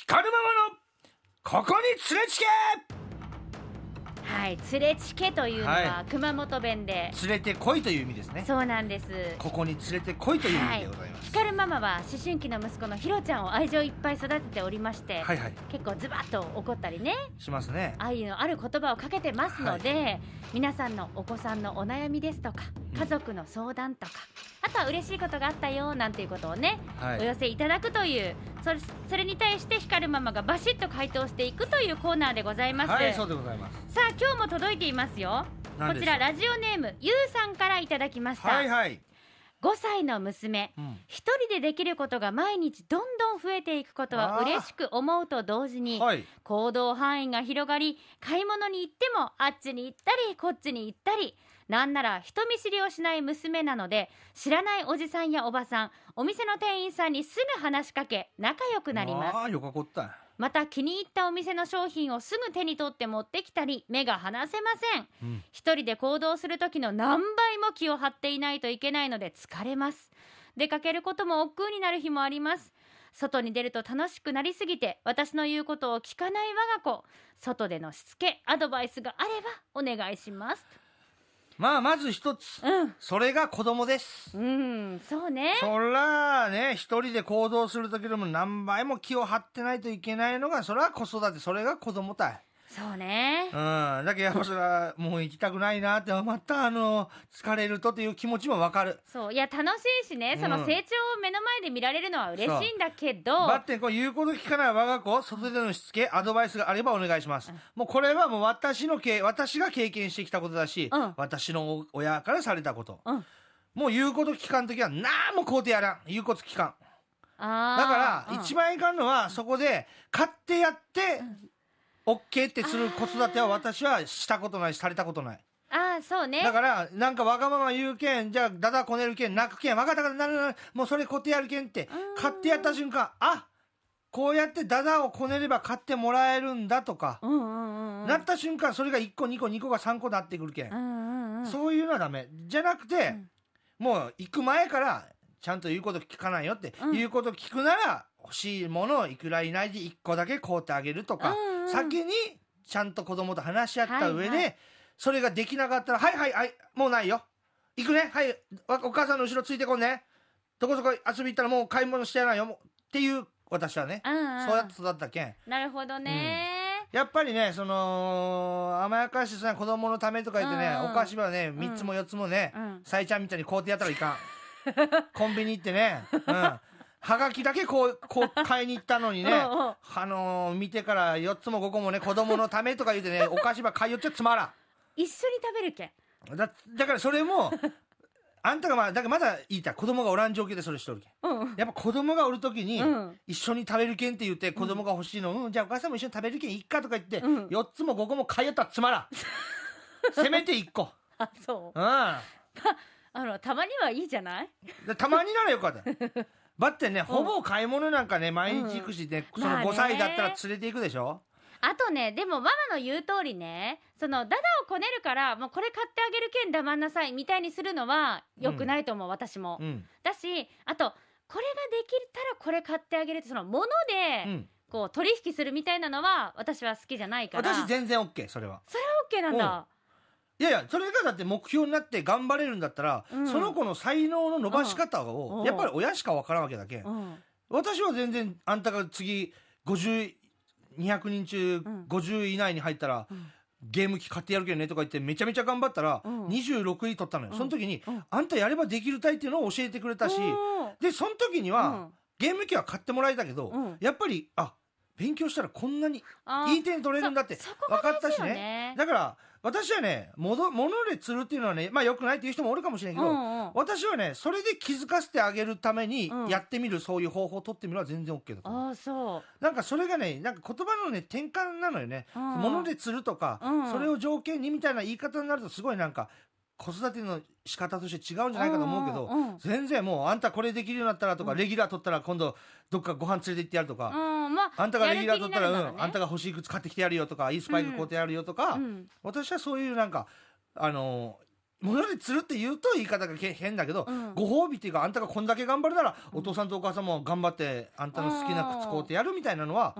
光るママのここに連れちけ。 はい、連れちけというのは熊本弁で、 連れてこいという意味ですね。 そうなんです。 ここに連れてこいという意味でございます。 光るママは思春期の息子のひろちゃんを愛情いっぱい育てておりまして、 はいはい、 結構ズバッと怒ったりねしますね。 愛のある言葉をかけてますので、皆さんのお子さんのお悩みですとか家族の相談とか、あとは嬉しいことがあったよなんていうことをね、お寄せいただくという、それに対して光るママがバシッと回答していくというコーナーでございます。 はい、そうでございます。 さあ今日も届いていますよ。こちらラジオネームゆうさんからいただきました。 はいはい。 5歳の娘、一人でできることが毎日どんどん増えていくことは嬉しく思うと同時に、行動範囲が広がり、買い物に行ってもあっちに行ったりこっちに行ったり、なんなら人見知りをしない娘なので、知らないおじさんやおばさん、お店の店員さんにすぐ話しかけ仲良くなります。 よかこった。 また気に入ったお店の商品をすぐ手に取って持ってきたり、目が離せません。一人で行動する時の何倍も気を張っていないといけないので疲れます。出かけることも億劫になる日もあります。外に出ると楽しくなりすぎて私の言うことを聞かない我が子、外でのしつけアドバイスがあればお願いします。 まず一つ、それが子供です。 そうね。 そらね、一人で行動する時でも何倍も気を張ってないといけないのが、それは子育て、それが子供たい。 そうね。 だけどやっぱそれはもう行きたくないなって、また疲れるとっていう気持ちもわかる。 そう、いや楽しいしね、その成長を目の前で見られるのは嬉しいんだけど、 バッテンこう言うこと聞かない我が子、外でのしつけアドバイスがあればお願いします。もうこれはもう私が経験してきたことだし、私の親からされたこと、もう言うこと聞かんときは何も買うてやらん。言うこと聞かん。だから一番いかんのは、そこで買ってやってOK ってする子育ては私はしたことないし、されたことない。 そうね。 だからなんかわがまま言うけん、じゃあだだこねるけん、泣くけん、わかったからなるもうそれ買ってやるけんって買ってやった瞬間、こうやってだだをこねれば買ってもらえるんだとか、なった瞬間それが1個2個2個が3個なってくるけん、そういうのはダメじゃなくて、もう行く前からちゃんと言うこと聞かないよって、言うこと聞くなら欲しいものをいくら以内で1個だけ買うてあげるとか、先にちゃんと子供と話し合った上で、それができなかったら、はいもうないよ、行くね、はい、お母さんの後ろついてこんね、どこそこ遊び行ったらもう買い物してやらないよっていう、私はね、そうやって育ったけん。 なるほどね、 やっぱりね、その甘やかしてさ、子供のためとか言ってね、お菓子はね3つも4つもね、さいちゃんみたいに買うてやったらいかん。コンビニ行ってね、はがきだけこう買いに行ったのにね、見てから4つも5個もね、子供のためとか言ってね、お菓子ば買いよっちゃつまらん。 一緒に食べるけん。 だからそれもあんたがだからまだ言いたい、子供がおらん状況でそれしとるけん、やっぱ子供がおるときに、一緒に食べるけんって言って子供が欲しいの、じゃあお母さんも一緒に食べるけんいっかとか言って、4つも5個も買いよったらつまらん。せめて1個。 そう。たまにはいいじゃない。 たまにならよかった。だってね、ほぼ買い物なんかね毎日行くしね、その5歳だったら連れて行くでしょ。 あとね、でもママの言う通りね、そのダダをこねるからもうこれ買ってあげるけん黙んなさいみたいにするのは良くないと思う、私も、だし、あとこれができたらこれ買ってあげるって、その物で、こう取引するみたいなのは私は好きじゃないから。 私全然 OK。 それは OK なんだ。 いやそれがだって目標になって頑張れるんだったら、その子の才能の伸ばし方をやっぱり親しか分からんわけだけん、私は全然あんたが次200人中50以内に入ったら、ゲーム機買ってやるけどねとか言ってめちゃめちゃ頑張ったら、26位取ったのよ、その時に、あんたやればできるたいっていうのを教えてくれたし、でその時には、ゲーム機は買ってもらえたけど、やっぱり勉強したらこんなにいい点取れるんだって分かったしね。だから私はね、物で釣るっていうのはね、良くないっていう人もおるかもしれんけど、私はね、それで気づかせてあげるためにやってみる、そういう方法を取ってみるのは全然 OK だと思う。 そうなんかそれがね、なんか言葉のね転換なのよね、物で釣るとか、それを条件にみたいな言い方になるとすごいなんか子育ての仕方として違うんじゃないかと思うけど、全然もうあんたこれできるようになったらとか、レギュラー取ったら今度どっかご飯連れて行ってやるとか、あんたがレギュラー取ったら、あんたが欲しい靴買ってきてやるよとか、いいスパイク買ってやるよとか、私はそういうなんか物で釣るって言うと言い方が変だけど、ご褒美っていうか、あんたがこんだけ頑張るなら、お父さんとお母さんも頑張ってあんたの好きな靴買うてやるみたいなのは、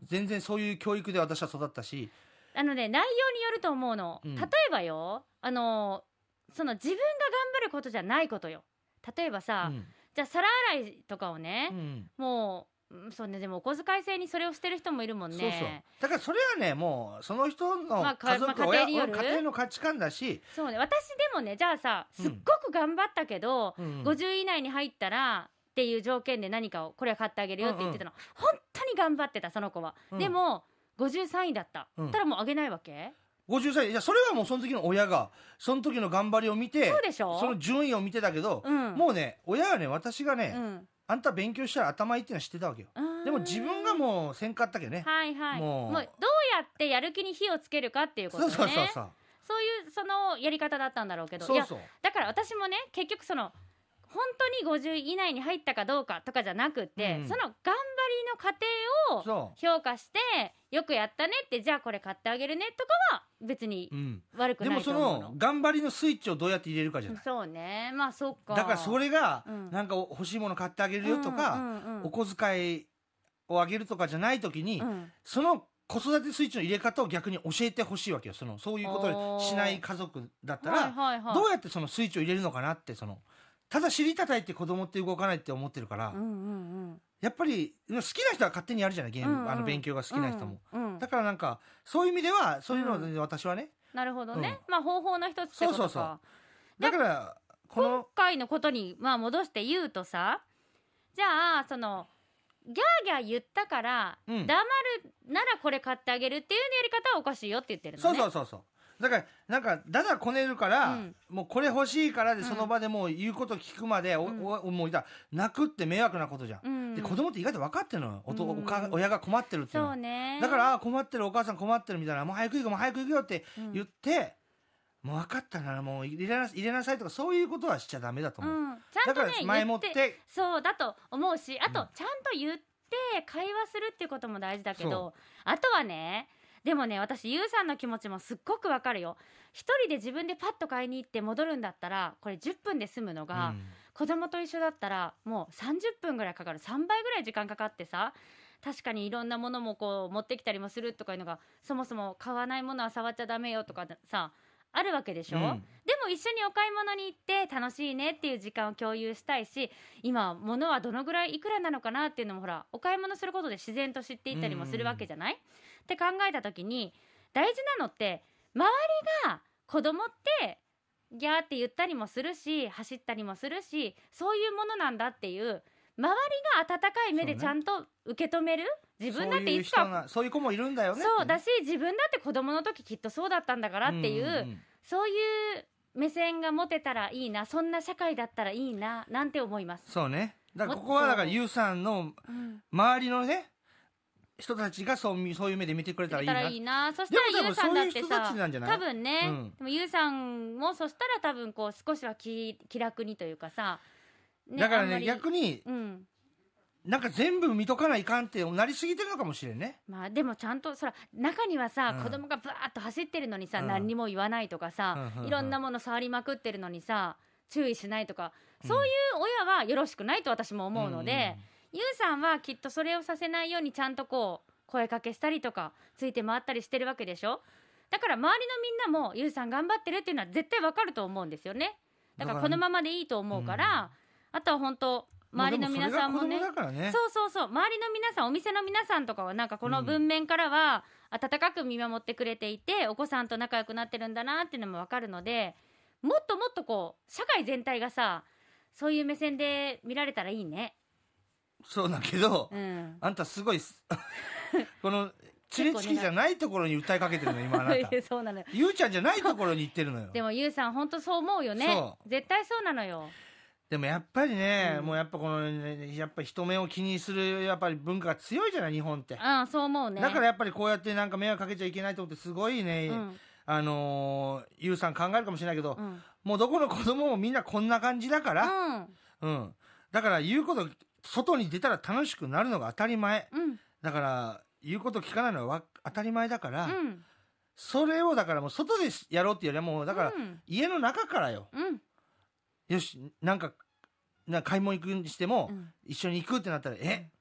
全然そういう教育で私は育ったし、 内容によると思うの、例えばよ、その自分が頑張ることじゃないことよ。例えばさ、じゃあ皿洗いとかをね、もうそうね、でもお小遣い制にそれをしてる人もいるもんね。 そうそう。だからそれはね、もうその人の家族、 家庭の価値観だし。 そうね。私でもね、じゃあさ、すっごく頑張ったけど、50位以内に入ったらっていう条件で何かをこれは買ってあげるよって言ってたの。本当に頑張ってたその子は。でも53位だった。たらもうあげないわけ ？53位。いや、それはもうその時の親がその時の頑張りを見て、 そうでしょ、 その順位を見てたけど、もうね、親はね、私がね、あんた勉強したら頭いいっていうのは知ってたわけよ。でも自分がもうせんかったけどね。 はいはい。もうどうやってやる気に火をつけるかっていうことね。そういうそのやり方だったんだろうけど、いやだから私もね、結局その本当に50位以内に入ったかどうかとかじゃなくって、その頑張りの過程を評価してよくやったねって、じゃあこれ買ってあげるねとかは別に悪くないと思うの。 でもその頑張りのスイッチをどうやって入れるかじゃない。 そうね、まあそっか。 だからそれがなんか欲しいもの買ってあげるよとか、お小遣いをあげるとかじゃない時に、その子育てスイッチの入れ方を逆に教えてほしいわけよ。そういうことにしない家族だったら、どうやってそのスイッチを入れるのかなって、ただ尻叩いて子供って動かないって思ってるから、やっぱり好きな人は勝手にやるじゃない、勉強が好きな人も。だからなんかそういう意味ではそういうので私はね。 なるほどね。まあ方法の一つってことか。 だから今回のことに戻して言うとさ、じゃあそのギャーギャー言ったから黙るならこれ買ってあげるっていうやり方はおかしいよって言ってるのね。 そうだからなんかだだこねるから、もうこれ欲しいからでその場でもう言うこと聞くまで、もう泣くって迷惑なことじゃん。で子供って意外と分かってるのよ、親が困ってるっていうの。 そうね。 だから困ってるお母さん困ってるみたいな、もう早く行くよって言って、もう分かったならもう入れなさいとかそういうことはしちゃダメだと思う。 ちゃんとね、 だから前もってそうだと思うし、あとちゃんと言って会話するっていうことも大事だけど、あとはね、でもね、私ゆうさんの気持ちもすっごくわかるよ。一人で自分でパッと買いに行って戻るんだったらこれ10分で済むのが、子供と一緒だったらもう30分ぐらいかかる。3倍ぐらい時間かかってさ、確かにいろんなものもこう持ってきたりもするとかいうのが、そもそも買わないものは触っちゃダメよとかさあるわけでしょ、でも一緒にお買い物に行って楽しいねっていう時間を共有したいし、今物はどのぐらいいくらなのかなっていうのもほらお買い物することで自然と知っていったりもするわけじゃない、って考えた時に大事なのって周りが子供ってギャーって言ったりもするし走ったりもするし、そういうものなんだっていう周りが温かい目でちゃんと受け止める、自分だっていつかそういう子もいるんだよね。 そうだし、自分だって子供の時きっとそうだったんだからっていう、そういう目線が持てたらいいな、そんな社会だったらいいななんて思います。 そうね。だからここはだからゆうさんの周りのね、人たちがそういう目で見てくれたらいいな。 そしたらゆうさんだってさ、 多分ね、でもゆうさんもそしたら多分こう少しは気楽にというかさ、 だからね、逆に、なんか全部見とかないかんってなりすぎてるのかもしれんね。 まあでもちゃんとそら中にはさ、子供がバーッと走ってるのにさ、何にも言わないとかさ、いろんなもの触りまくってるのにさ注意しないとか、そういう親はよろしくないと私も思うので、ゆうさんはきっとそれをさせないようにちゃんとこう声かけしたりとかついて回ったりしてるわけでしょ。だから周りのみんなもゆうさん頑張ってるっていうのは絶対わかると思うんですよね。だからこのままでいいと思うから、あとは本当周りの皆さんもね、そう周りの皆さん、お店の皆さんとかはなんかこの文面からは温かく見守ってくれていて、お子さんと仲良くなってるんだなっていうのも分かるので、もっともっとこう社会全体がさそういう目線で見られたらいいね。 そうだけど、あんたすごいこのチレチキじゃないところに訴えかけてるの今あなたそうなのよ。 ゆうちゃんじゃないところに行ってるのよ。 でもゆうさん本当そう思うよね。絶対そうなのよ。 でもやっぱりね、もうやっぱこの、やっぱ人目を気にするやっぱり文化が強いじゃない日本って。 そう思うね。 だからやっぱりこうやってなんか迷惑かけちゃいけないと思ってすごいね、ゆうさん考えるかもしれないけど、もうどこの子供もみんなこんな感じだから、だから言うこと外に出たら楽しくなるのが当たり前、だから言うこと聞かないのは当たり前だから、それをだからもう外でやろうっていうよりはもうだから家の中からよ。よし、なんか買い物行くにしても、一緒に行くってなったら、じ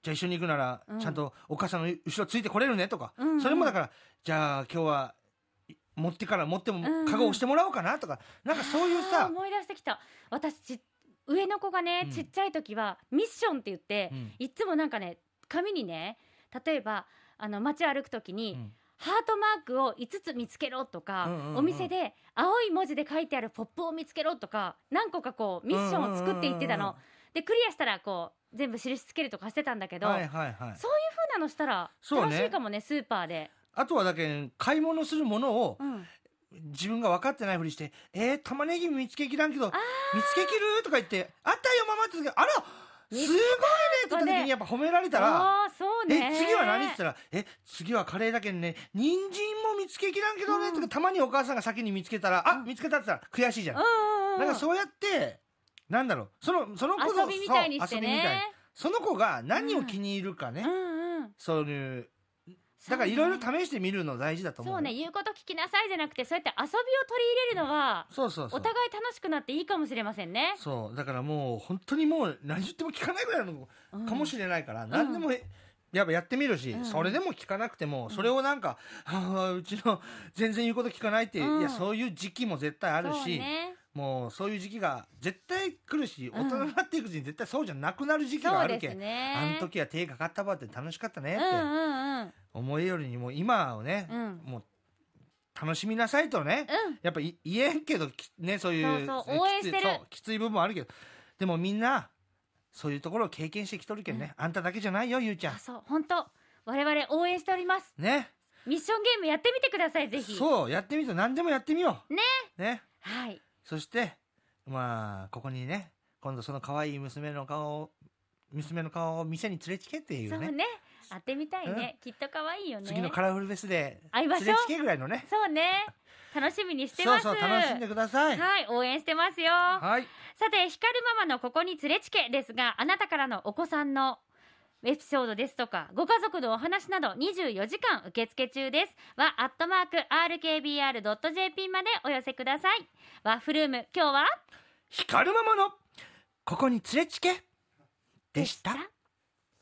じゃあ一緒に行くなら、 うんちゃんとお母さんの後ろついてこれるねとか、 うんうんそれもだからじゃあ今日は持ってもうんカゴ押してもらおうかなとか、なんかそういうさ、 思い出してきた。私上の子がね、 うんちっちゃい時はミッションって言って、 うんいつもなんかね紙にね、例えば街歩く時に、 うんハートマークを5つ見つけろとか、 うんうんうんお店で青い文字で書いてあるポップを見つけろとか、何個かこうミッションを作っていってたの、でクリアしたらこう全部印つけるとかしてたんだけど、 はいはいはい、 そういう風なのしたらそうね楽しいかもね、スーパーで、 あとはだけ買い物するものをうん自分が分かってないふりして玉ねぎ見つけきらんけど見つけきるとか言ってあったよママって言うあらすごいねって言った時にやっぱ褒められたら、 あーそうね、 次は何って言ったら次はカレーだけんね人参も見つけきらんけどね、とかたまにお母さんが先に見つけたら、見つけたって言ったら悔しいじゃん、 うんうんうん、 だからそうやってなんだろうその子の遊びみたいにしてそう遊びみたいね、 その子が何を気に入るかね、 うんうん、 そういうだからいろいろ試してみるの大事だと思う。 そうね、言うこと聞きなさいじゃなくて、そうやって遊びを取り入れるのは、 そうそうそう、 お互い楽しくなっていいかもしれませんね。 そうだからもう本当にもう何言っても聞かないぐらいのかもしれないから、何でもやっぱやってみるし、それでも聞かなくても、それをなんか、うちの全然言うこと聞かないって、いやそういう時期も絶対あるし、もうそういう時期が絶対来るし、大人になっていくうちに絶対そうじゃなくなる時期があるけん、あの時は手がかかったばって楽しかったねって思えよりにも今をね、もう楽しみなさいとね、やっぱ言えんけどね、そういう応援してるきつい部分もあるけど、でもみんなそういうところを経験してきとるけんね、あんただけじゃないよゆうちゃん。 そう本当我々応援しておりますね。 ミッションゲームやってみてください、ぜひ。 そうやってみて、何でもやってみようね。 はい。 そしてまあここにね、今度その可愛い娘の顔を店に連れつけっていうね。 そうね、会ってみたいね、きっと可愛いよね。 次のカラフルフェスで会いましょう。 連れつけぐらいのね。 そうね、楽しみにしてます。 そう楽しんでください。 はい、応援してますよ。 はい。 さて、光るママのここに連れつけですが、あなたからのお子さんのエピソードですとかご家族のお話など24時間受付中です。は@rkbr.jp までお寄せください。ワッフルーム、今日は光るママのここに連れつけでした。